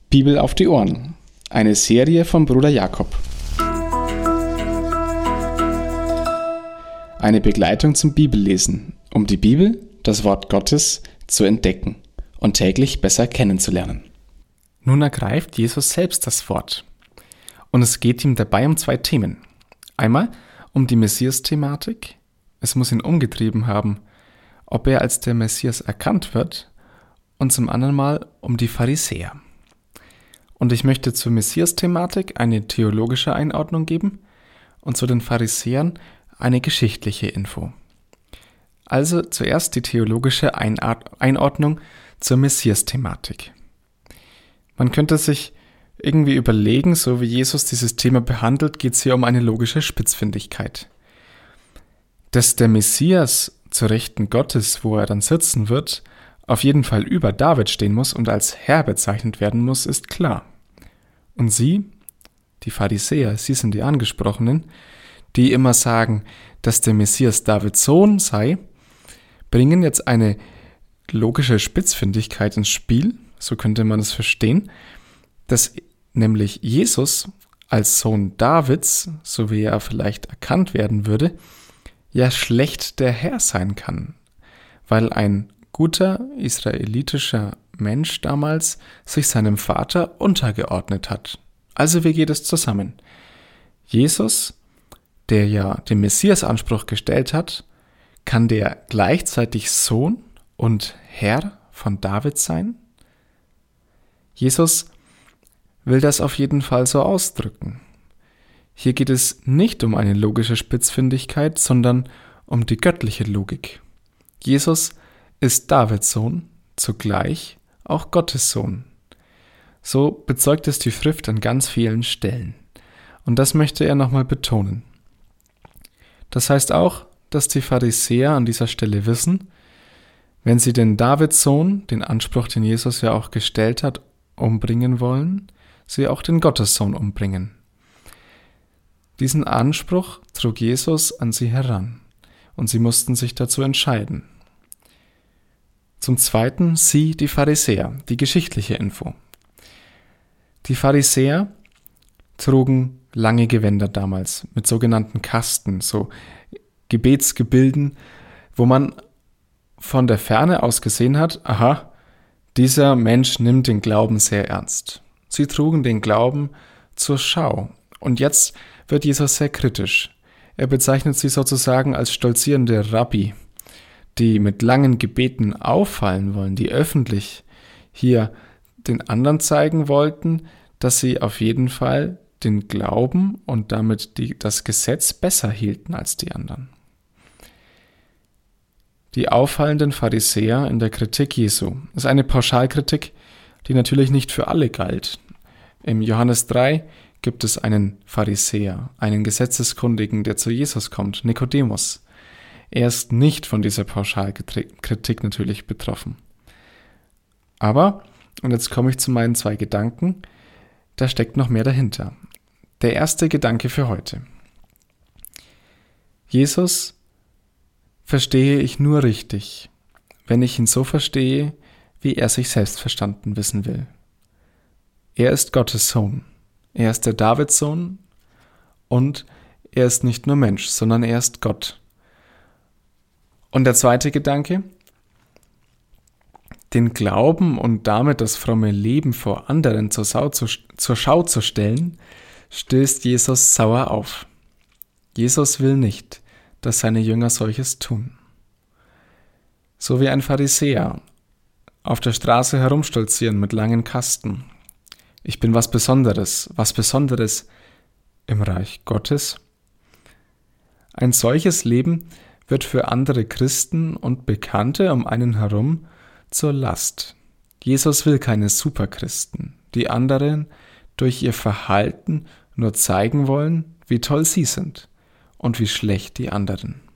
Bibel auf die Ohren. Eine Serie von Bruder Jakob. Eine Begleitung zum Bibellesen, um die Bibel, das Wort Gottes, zu entdecken und täglich besser kennenzulernen. Nun ergreift Jesus selbst das Wort. Und es geht ihm dabei um zwei Themen. Einmal um die Messias-Thematik. Es muss ihn umgetrieben haben, ob er als der Messias erkannt wird. Und zum anderen Mal um die Pharisäer. Und ich möchte zur Messias-Thematik eine theologische Einordnung geben und zu den Pharisäern eine geschichtliche Info. Also zuerst die theologische Einordnung zur Messias-Thematik. Man könnte sich irgendwie überlegen, so wie Jesus dieses Thema behandelt, geht es hier um eine logische Spitzfindigkeit. Dass der Messias zur Rechten Gottes, wo er dann sitzen wird, auf jeden Fall über David stehen muss und als Herr bezeichnet werden muss, ist klar. Und sie, die Pharisäer, sie sind die Angesprochenen, die immer sagen, dass der Messias Davids Sohn sei, bringen jetzt eine logische Spitzfindigkeit ins Spiel, so könnte man es verstehen, dass nämlich Jesus als Sohn Davids, so wie er vielleicht erkannt werden würde, ja schlecht der Herr sein kann, weil ein guter israelitischer Mensch damals sich seinem Vater untergeordnet hat. Also wie geht es zusammen? Jesus, der ja den Messias-Anspruch gestellt hat, kann der gleichzeitig Sohn und Herr von David sein? Jesus will das auf jeden Fall so ausdrücken. Hier geht es nicht um eine logische Spitzfindigkeit, sondern um die göttliche Logik. Jesus ist Davids Sohn, zugleich auch Gottes Sohn. So bezeugt es die Schrift an ganz vielen Stellen. Und das möchte er nochmal betonen. Das heißt auch, dass die Pharisäer an dieser Stelle wissen, wenn sie den Davids Sohn, den Anspruch, den Jesus ja auch gestellt hat, umbringen wollen, sie auch den Gottessohn umbringen. Diesen Anspruch trug Jesus an sie heran und sie mussten sich dazu entscheiden. Zum Zweiten sie, die Pharisäer, die geschichtliche Info. Die Pharisäer trugen lange Gewänder damals mit sogenannten Kasten, so Gebetsgebilden, wo man von der Ferne aus gesehen hat, aha, dieser Mensch nimmt den Glauben sehr ernst. Sie trugen den Glauben zur Schau. Und jetzt wird Jesus sehr kritisch. Er bezeichnet sie sozusagen als stolzierende Rabbi, die mit langen Gebeten auffallen wollen, die öffentlich hier den anderen zeigen wollten, dass sie auf jeden Fall den Glauben und damit das Gesetz besser hielten als die anderen. Die auffallenden Pharisäer in der Kritik Jesu ist eine Pauschalkritik, die natürlich nicht für alle galt. Im Johannes 3 gibt es einen Pharisäer, einen Gesetzeskundigen, der zu Jesus kommt, Nikodemus. Er ist nicht von dieser Pauschalkritik natürlich betroffen. Aber, und jetzt komme ich zu meinen zwei Gedanken, da steckt noch mehr dahinter. Der erste Gedanke für heute. Jesus verstehe ich nur richtig, wenn ich ihn so verstehe, wie er sich selbst verstanden wissen will. Er ist Gottes Sohn. Er ist der Davids Sohn und er ist nicht nur Mensch, sondern er ist Gott. Und der zweite Gedanke, den Glauben und damit das fromme Leben vor anderen zur Schau zu stellen, stößt Jesus sauer auf. Jesus will nicht, dass seine Jünger solches tun. So wie ein Pharisäer auf der Straße herumstolzieren mit langen Kasten. Ich bin was Besonderes im Reich Gottes. Ein solches Leben wird für andere Christen und Bekannte um einen herum zur Last. Jesus will keine Superchristen, die anderen durch ihr Verhalten nur zeigen wollen, wie toll sie sind und wie schlecht die anderen.